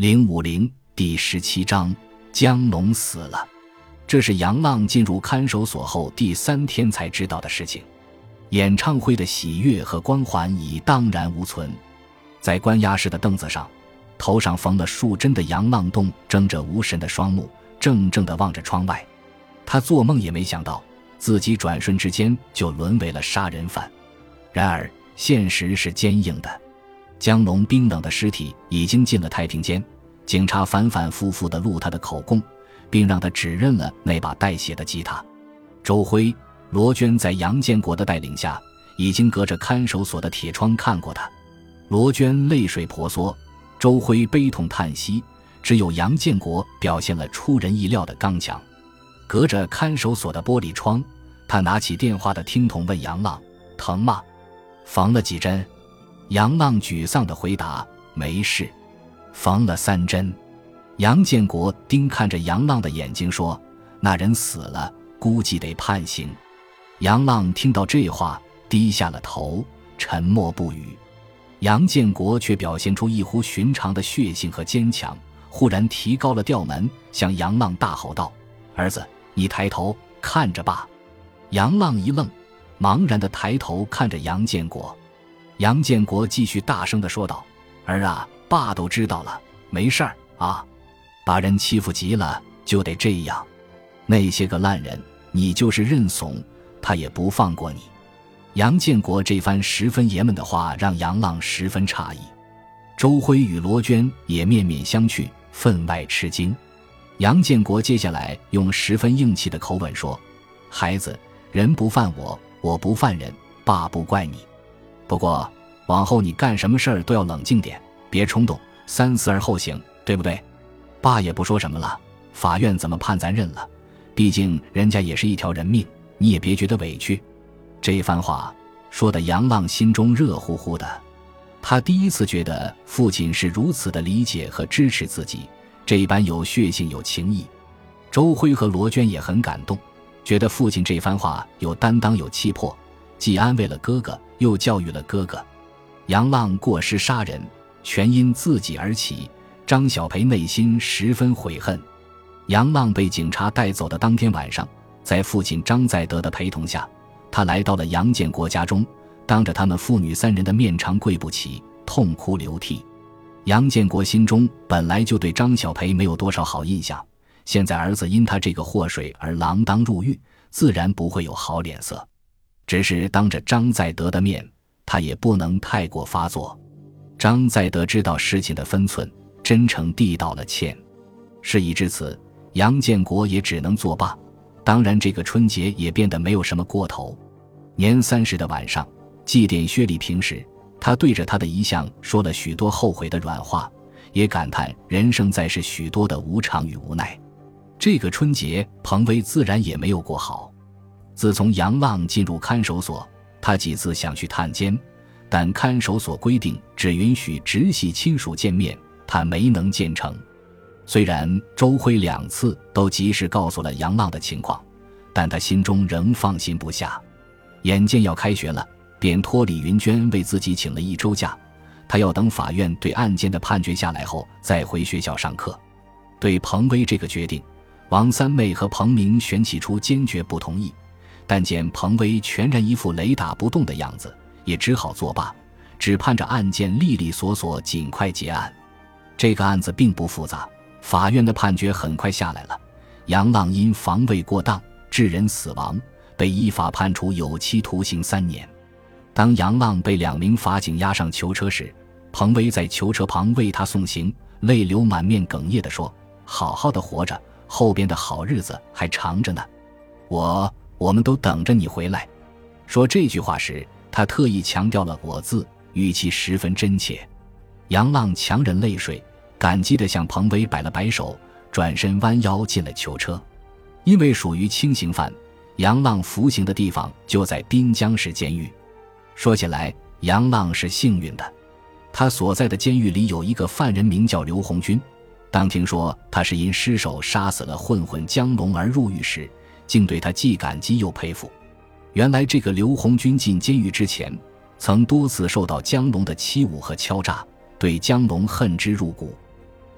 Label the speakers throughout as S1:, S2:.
S1: 050第17章江龙死了。这是杨浪进入看守所后第3天才知道的事情。演唱会的喜悦和光环已荡然无存。在关押室的凳子上，头上缝了数针的杨浪洞睁着无神的双目，怔怔地望着窗外。他做梦也没想到自己转瞬之间就沦为了杀人犯。然而现实是坚硬的，江龙冰冷的尸体已经进了太平间，警察反反复复地录他的口供，并让他指认了那把带血的吉他。周辉、罗娟在杨建国的带领下，已经隔着看守所的铁窗看过他。罗娟泪水婆娑，周辉悲痛叹息，只有杨建国表现了出人意料的刚强。隔着看守所的玻璃窗，他拿起电话的听筒问杨浪：“疼吗？缝了几针？”杨浪沮丧地回答：“没事，缝了3针。”杨建国盯看着杨浪的眼睛说：“那人死了，估计得判刑。”杨浪听到这话，低下了头，沉默不语。杨建国却表现出异乎寻常的血性和坚强，忽然提高了调门，向杨浪大吼道：“儿子，你抬头看着爸。”杨浪一愣，茫然地抬头看着杨建国。杨建国继续大声地说道：“儿啊，爸都知道了，没事儿啊，把人欺负急了就得这样，那些个烂人你就是认怂他也不放过你。”杨建国这番十分爷们的话让杨浪十分诧异。周辉与罗娟也面面相觑，分外吃惊。杨建国接下来用十分硬气的口吻说：“孩子，人不犯我，我不犯人，爸不怪你。不过往后你干什么事儿都要冷静点，别冲动，三思而后行，对不对？爸也不说什么了，法院怎么判咱认了，毕竟人家也是一条人命，你也别觉得委屈。”这番话说得杨浪心中热乎乎的，他第一次觉得父亲是如此的理解和支持自己，这般有血性有情义。周辉和罗娟也很感动，觉得父亲这番话有担当有气魄，既安慰了哥哥，又教育了哥哥。杨浪过失杀人，全因自己而起，张小培内心十分悔恨。杨浪被警察带走的当天晚上，在父亲张在德的陪同下，他来到了杨建国家中，当着他们父女3人的面长跪不起，痛哭流涕。杨建国心中本来就对张小培没有多少好印象，现在儿子因他这个祸水而锒铛入狱，自然不会有好脸色。只是当着张在德的面，他也不能太过发作。张在德知道事情的分寸，真诚地道了歉。事已至此，杨建国也只能作罢。当然这个春节也变得没有什么过头。年30的晚上，祭奠薛丽萍时，他对着他的遗像说了许多后悔的软话，也感叹人生在世许多的无常与无奈。这个春节彭威自然也没有过好。自从杨浪进入看守所，他几次想去探监，但看守所规定只允许直系亲属见面，他没能见成。虽然周辉2次都及时告诉了杨浪的情况，但他心中仍放心不下。眼见要开学了，便托李云娟为自己请了1周假，他要等法院对案件的判决下来后再回学校上课。对彭威这个决定，王三妹和彭明玄起初坚决不同意，但见彭威全然一副雷打不动的样子，也只好作罢，只盼着案件利利索索尽快结案。这个案子并不复杂，法院的判决很快下来了，杨浪因防卫过当致人死亡，被依法判处有期徒刑3年。当杨浪被2名法警押上囚车时，彭威在囚车旁为他送行，泪流满面，哽咽地说：“好好的活着，后边的好日子还长着呢，我们都等着你回来。”说这句话时，他特意强调了“我”字，语气十分真切。杨浪强忍泪水，感激地向彭威摆了摆手，转身弯腰进了囚车。因为属于轻刑犯，杨浪服刑的地方就在滨江市监狱。说起来，杨浪是幸运的，他所在的监狱里有一个犯人名叫刘红军。当听说他是因失手杀死了混混江龙而入狱时，竟对他既感激又佩服。原来这个刘红军进监狱之前，曾多次受到江龙的欺侮和敲诈，对江龙恨之入骨。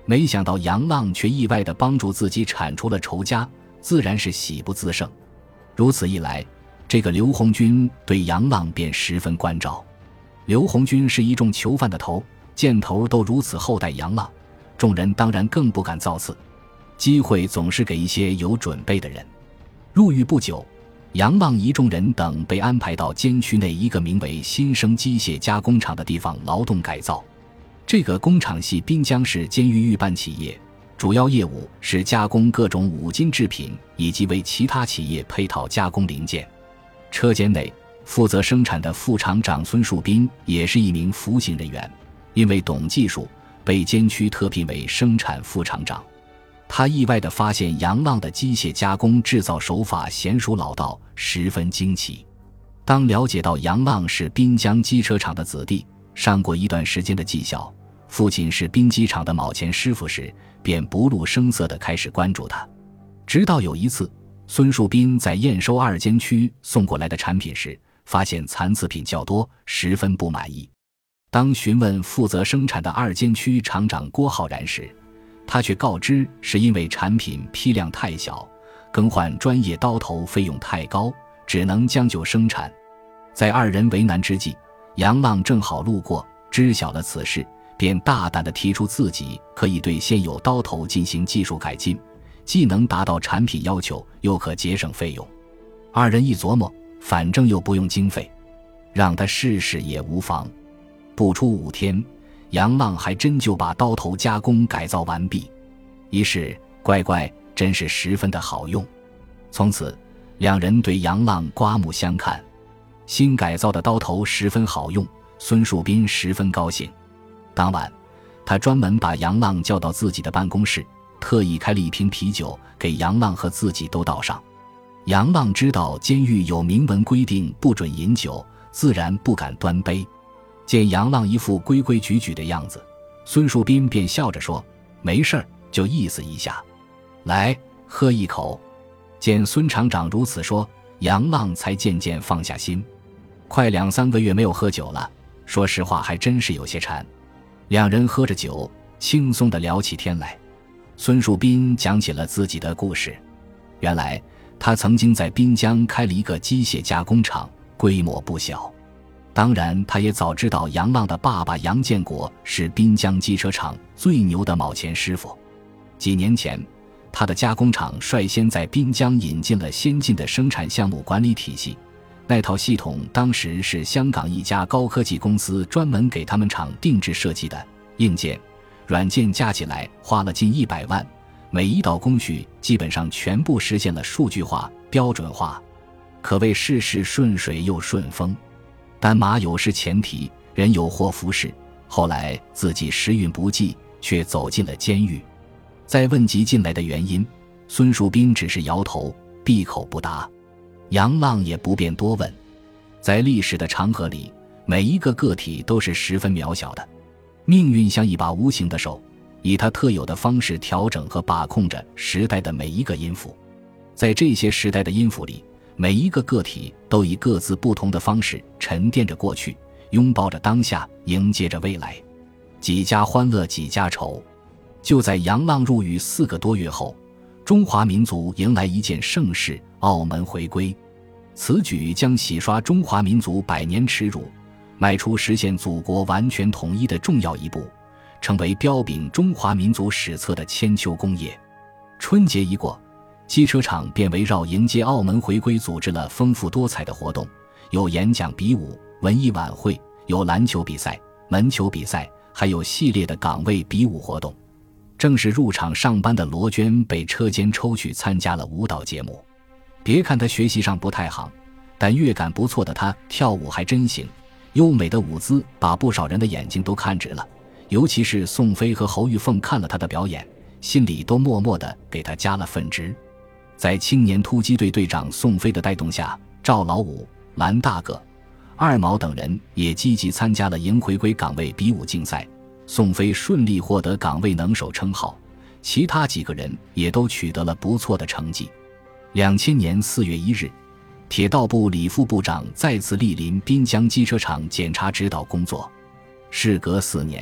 S1: 没想到杨浪却意外地帮助自己铲除了仇家，自然是喜不自胜。如此一来，这个刘红军对杨浪便十分关照。刘红军是一众囚犯的头，见头都如此厚待杨浪，众人当然更不敢造次。机会总是给一些有准备的人。入狱不久，杨浪一众人等被安排到监区内一个名为新生机械加工厂的地方劳动改造。这个工厂系滨江市监狱预办企业，主要业务是加工各种五金制品以及为其他企业配套加工零件。车间内负责生产的副厂长孙树斌也是一名服刑人员，因为懂技术，被监区特聘为生产副厂长。他意外地发现杨浪的机械加工制造手法娴熟老道，十分惊奇。当了解到杨浪是滨江机车厂的子弟，上过一段时间的技校，父亲是滨机厂的铆钳师傅时，便不露声色地开始关注他。直到有一次，孙树斌在验收二监区送过来的产品时，发现残次品较多，十分不满意。当询问负责生产的二监区厂长郭浩然时，他却告知是因为产品批量太小，更换专业刀头费用太高，只能将就生产。在二人为难之际，杨浪正好路过，知晓了此事，便大胆地提出自己可以对现有刀头进行技术改进，既能达到产品要求，又可节省费用。二人一琢磨，反正又不用经费，让他试试也无妨。不出5天，杨浪还真就把刀头加工改造完毕。一试，乖，真是十分的好用。从此，两人对杨浪刮目相看。新改造的刀头十分好用，孙树斌十分高兴。当晚，他专门把杨浪叫到自己的办公室，特意开了一瓶啤酒给杨浪和自己都倒上。杨浪知道监狱有明文规定不准饮酒，自然不敢端杯。见杨浪一副规规矩矩的样子，孙树斌便笑着说：“没事儿，就意思一下。来，喝一口。”见孙厂长如此说，杨浪才渐渐放下心。快2-3个月没有喝酒了，说实话还真是有些馋。两人喝着酒，轻松地聊起天来。孙树斌讲起了自己的故事。原来他曾经在滨江开了一个机械加工厂，规模不小。当然他也早知道杨浪的爸爸杨建国是滨江机车厂最牛的铆钳师傅。几年前，他的加工厂率先在滨江引进了先进的生产项目管理体系，那套系统当时是香港一家高科技公司专门给他们厂定制设计的，硬件、软件加起来花了近100万，每一道工序基本上全部实现了数据化、标准化，可谓事事顺水又顺风。但马有失前蹄，人有祸福事，后来自己时运不济，却走进了监狱。再问及进来的原因，孙树斌只是摇头，闭口不答。杨浪也不便多问。在历史的长河里，每一个个体都是十分渺小的，命运像一把无形的手，以它特有的方式调整和把控着时代的每一个音符。在这些时代的音符里，每一个个体都以各自不同的方式沉淀着过去，拥抱着当下，迎接着未来。几家欢乐几家愁。就在杨浪入狱4个多月后，中华民族迎来一件盛事——澳门回归。此举将洗刷中华民族100年耻辱，迈出实现祖国完全统一的重要一步，成为标炳中华民族史册的千秋功业。春节一过，机车厂便围绕迎接澳门回归组织了丰富多彩的活动，有演讲比武、文艺晚会，有篮球比赛、门球比赛，还有系列的岗位比武活动。正是入厂上班的罗娟被车间抽去参加了舞蹈节目。别看她学习上不太行，但乐感不错的她跳舞还真行，优美的舞姿把不少人的眼睛都看直了。尤其是宋飞和侯玉凤看了她的表演，心里都默默地给她加了分值。在青年突击队队长宋飞的带动下，赵老五、蓝大个、二毛等人也积极参加了迎回归岗位比武竞赛。宋飞顺利获得岗位能手称号，其他几个人也都取得了不错的成绩。2000年4月1日，铁道部李副部长再次莅临滨江机车厂检查指导工作。事隔4年，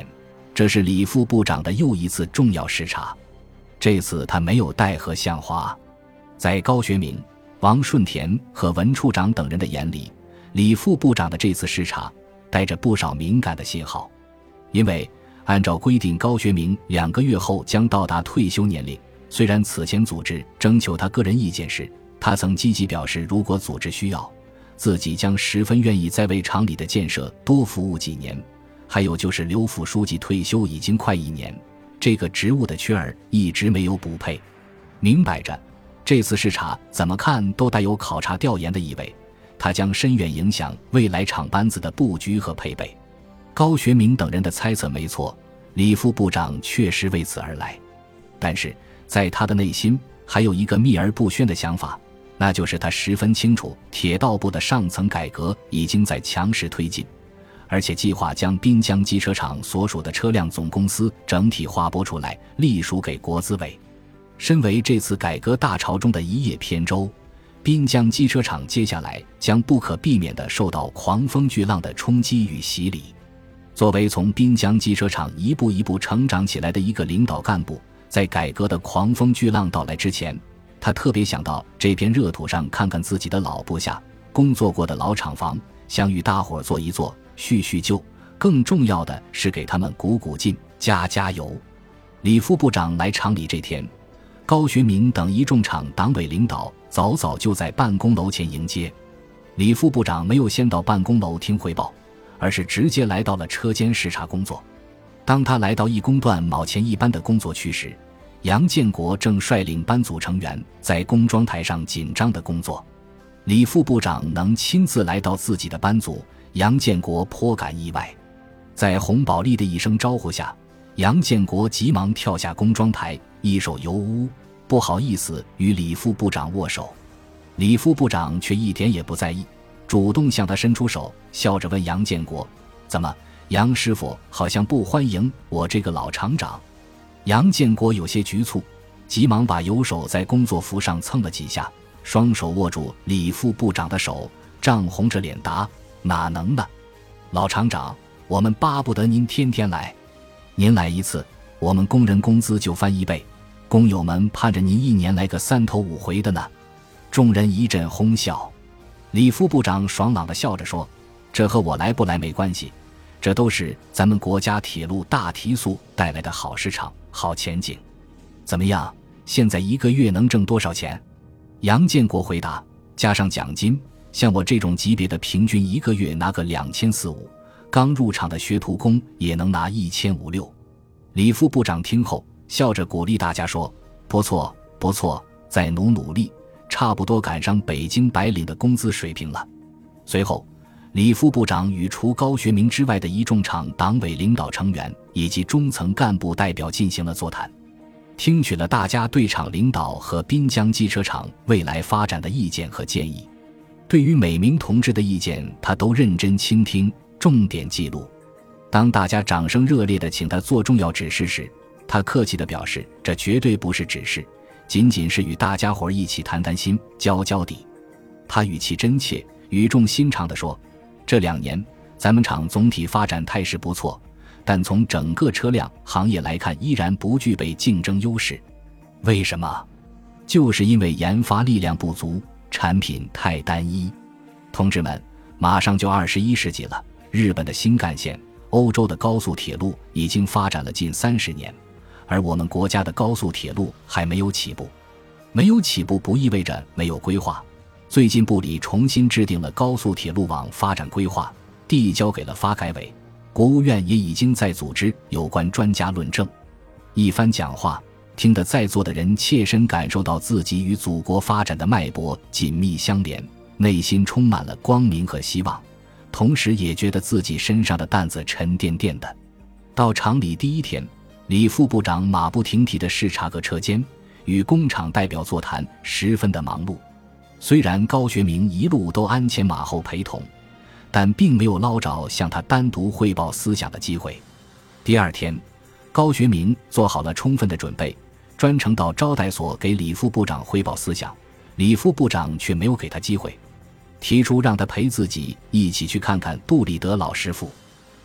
S1: 这是李副部长的又一次重要视察。这次他没有带和向华。在高学明、王顺田和文处长等人的眼里，李副部长的这次视察带着不少敏感的信号。因为按照规定，高学明2个月后将到达退休年龄，虽然此前组织征求他个人意见时，他曾积极表示如果组织需要，自己将十分愿意再为厂里的建设多服务几年。还有就是刘副书记退休已经快1年，这个职务的缺儿一直没有补配。明摆着，这次视察怎么看都带有考察调研的意味，它将深远影响未来厂班子的布局和配备。高学明等人的猜测没错，李副部长确实为此而来。但是在他的内心还有一个秘而不宣的想法，那就是他十分清楚铁道部的上层改革已经在强势推进，而且计划将滨江机车厂所属的车辆总公司整体划拨出来，隶属给国资委。身为这次改革大潮中的一叶扁舟，滨江机车厂接下来将不可避免地受到狂风巨浪的冲击与洗礼。作为从滨江机车厂一步一步成长起来的一个领导干部，在改革的狂风巨浪到来之前，他特别想到这片热土上看看自己的老部下，工作过的老厂房，想与大伙做一做，叙叙旧，更重要的是给他们鼓鼓劲，加加油。李副部长来厂里这天，高学明等一众厂党委领导早早就在办公楼前迎接。李副部长没有先到办公楼听汇报，而是直接来到了车间视察工作。当他来到一工段卯前一班的工作区时，杨建国正率领班组成员在工装台上紧张地工作。李副部长能亲自来到自己的班组，杨建国颇感意外。在洪宝利的一声招呼下，杨建国急忙跳下工装台，一手油污，不好意思与李副部长握手。李副部长却一点也不在意，主动向他伸出手，笑着问杨建国：怎么，杨师傅好像不欢迎我这个老厂长？杨建国有些局促，急忙把油手在工作服上蹭了几下，双手握住李副部长的手，涨红着脸答：哪能呢？老厂长，我们巴不得您天天来，您来一次，我们工人工资就翻1倍，工友们盼着您1年来个3头5回的呢。众人一阵哄笑。李副部长爽朗地笑着说：这和我来不来没关系，这都是咱们国家铁路大提速带来的好市场、好前景。怎么样，现在1个月能挣多少钱？杨建国回答：加上奖金，像我这种级别的平均1个月拿个2400-2500，刚入场的学徒工也能拿1500-1600。李副部长听后笑着鼓励大家说：不错不错，再努力，差不多赶上北京白领的工资水平了。随后李副部长与除高学明之外的一众厂党委领导成员以及中层干部代表进行了座谈，听取了大家对厂领导和滨江机车厂未来发展的意见和建议。对于每名同志的意见，他都认真倾听，重点记录。当大家掌声热烈地请他做重要指示时，他客气地表示，这绝对不是指示，仅仅是与大家伙一起谈谈心，交交底。他语气真切，语重心长地说：这2年咱们厂总体发展态势不错，但从整个车辆行业来看，依然不具备竞争优势。为什么？就是因为研发力量不足，产品太单一。同志们，马上就21世纪了，日本的新干线、欧洲的高速铁路已经发展了近30年，而我们国家的高速铁路还没有起步。没有起步不意味着没有规划。最近部里重新制定了高速铁路网发展规划，递交给了发改委，国务院也已经在组织有关专家论证。一番讲话，听得在座的人切身感受到自己与祖国发展的脉搏紧密相连，内心充满了光明和希望，同时也觉得自己身上的担子沉甸甸的。到厂里第1天，李副部长马不停蹄地视察各车间，与工厂代表座谈，十分的忙碌。虽然高学明一路都鞍前马后陪同，但并没有捞着向他单独汇报思想的机会。第2天，高学明做好了充分的准备，专程到招待所给李副部长汇报思想，李副部长却没有给他机会，提出让他陪自己一起去看看杜立德老师傅。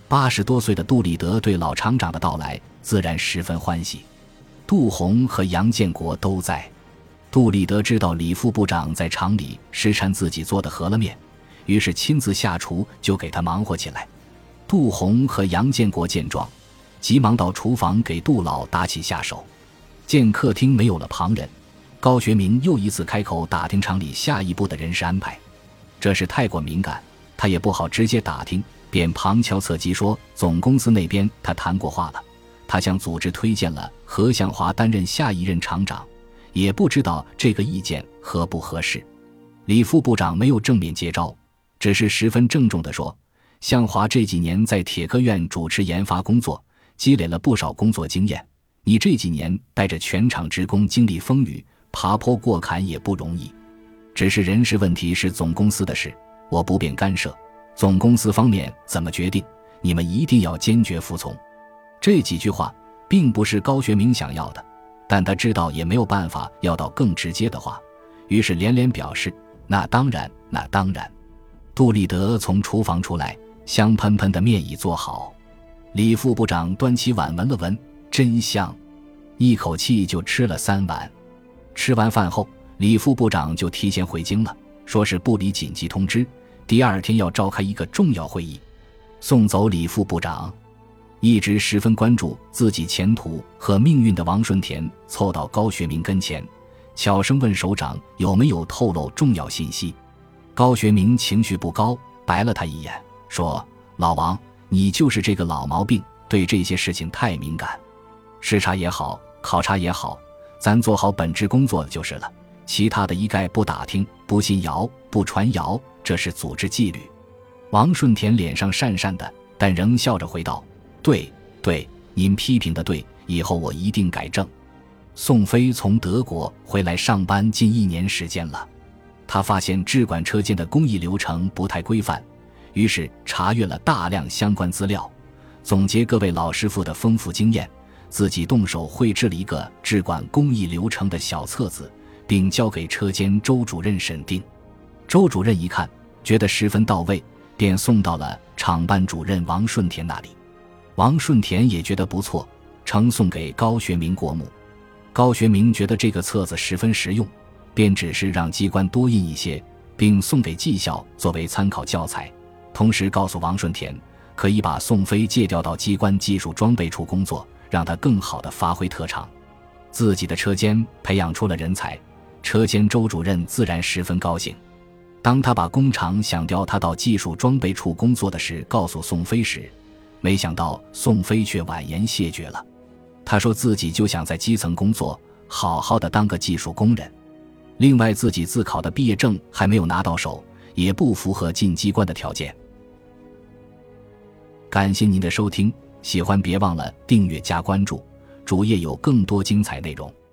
S1: 80多岁的杜立德对老厂长的到来自然十分欢喜。杜洪和杨建国都在。杜立德知道李副部长在厂里试馋自己做的饸饹面，于是亲自下厨，就给他忙活起来。杜洪和杨建国见状，急忙到厨房给杜老打起下手。见客厅没有了旁人，高学明又一次开口打听厂里下一步的人事安排。这事太过敏感，他也不好直接打听，便旁敲侧击说总公司那边他谈过话了，他向组织推荐了何向华担任下一任厂长，也不知道这个意见合不合适。李副部长没有正面接招，只是十分郑重地说，向华这几年在铁科院主持研发工作，积累了不少工作经验，你这几年带着全厂职工经历风雨，爬坡过坎也不容易。只是人事问题是总公司的事，我不便干涉，总公司方面怎么决定，你们一定要坚决服从。这几句话并不是高学明想要的，但他知道也没有办法要到更直接的话，于是连连表示那当然，那当然。杜立德从厨房出来，香喷喷的面已做好，李副部长端起碗闻了闻，真香，一口气就吃了3碗。吃完饭后，李副部长就提前回京了，说是部里紧急通知，第2天要召开一个重要会议。送走李副部长，一直十分关注自己前途和命运的王顺田凑到高学明跟前，悄声问首长有没有透露重要信息。高学明情绪不高，白了他一眼，说，老王，你就是这个老毛病，对这些事情太敏感，视察也好，考察也好，咱做好本职工作就是了，其他的一概不打听，不信谣，不传谣，这是组织纪律。王顺田脸上讪讪的，但仍笑着回道，对，您批评的对，以后我一定改正。宋飞从德国回来上班近1年时间了，他发现制管车间的工艺流程不太规范，于是查阅了大量相关资料，总结各位老师傅的丰富经验，自己动手绘制了一个制管工艺流程的小册子，并交给车间周主任审定。周主任一看，觉得十分到位，便送到了厂办主任王顺田那里。王顺田也觉得不错，呈送给高学明过目。高学明觉得这个册子十分实用，便指示让机关多印一些，并送给技校作为参考教材，同时告诉王顺田可以把宋飞借调到机关技术装备处工作，让他更好地发挥特长。自己的车间培养出了人才，车间周主任自然十分高兴。当他把工厂想调他到技术装备处工作的事告诉宋飞时，没想到宋飞却婉言谢绝了。他说自己就想在基层工作，好好的当个技术工人。另外自己自考的毕业证还没有拿到手，也不符合进机关的条件。感谢您的收听，喜欢别忘了订阅加关注，主页有更多精彩内容。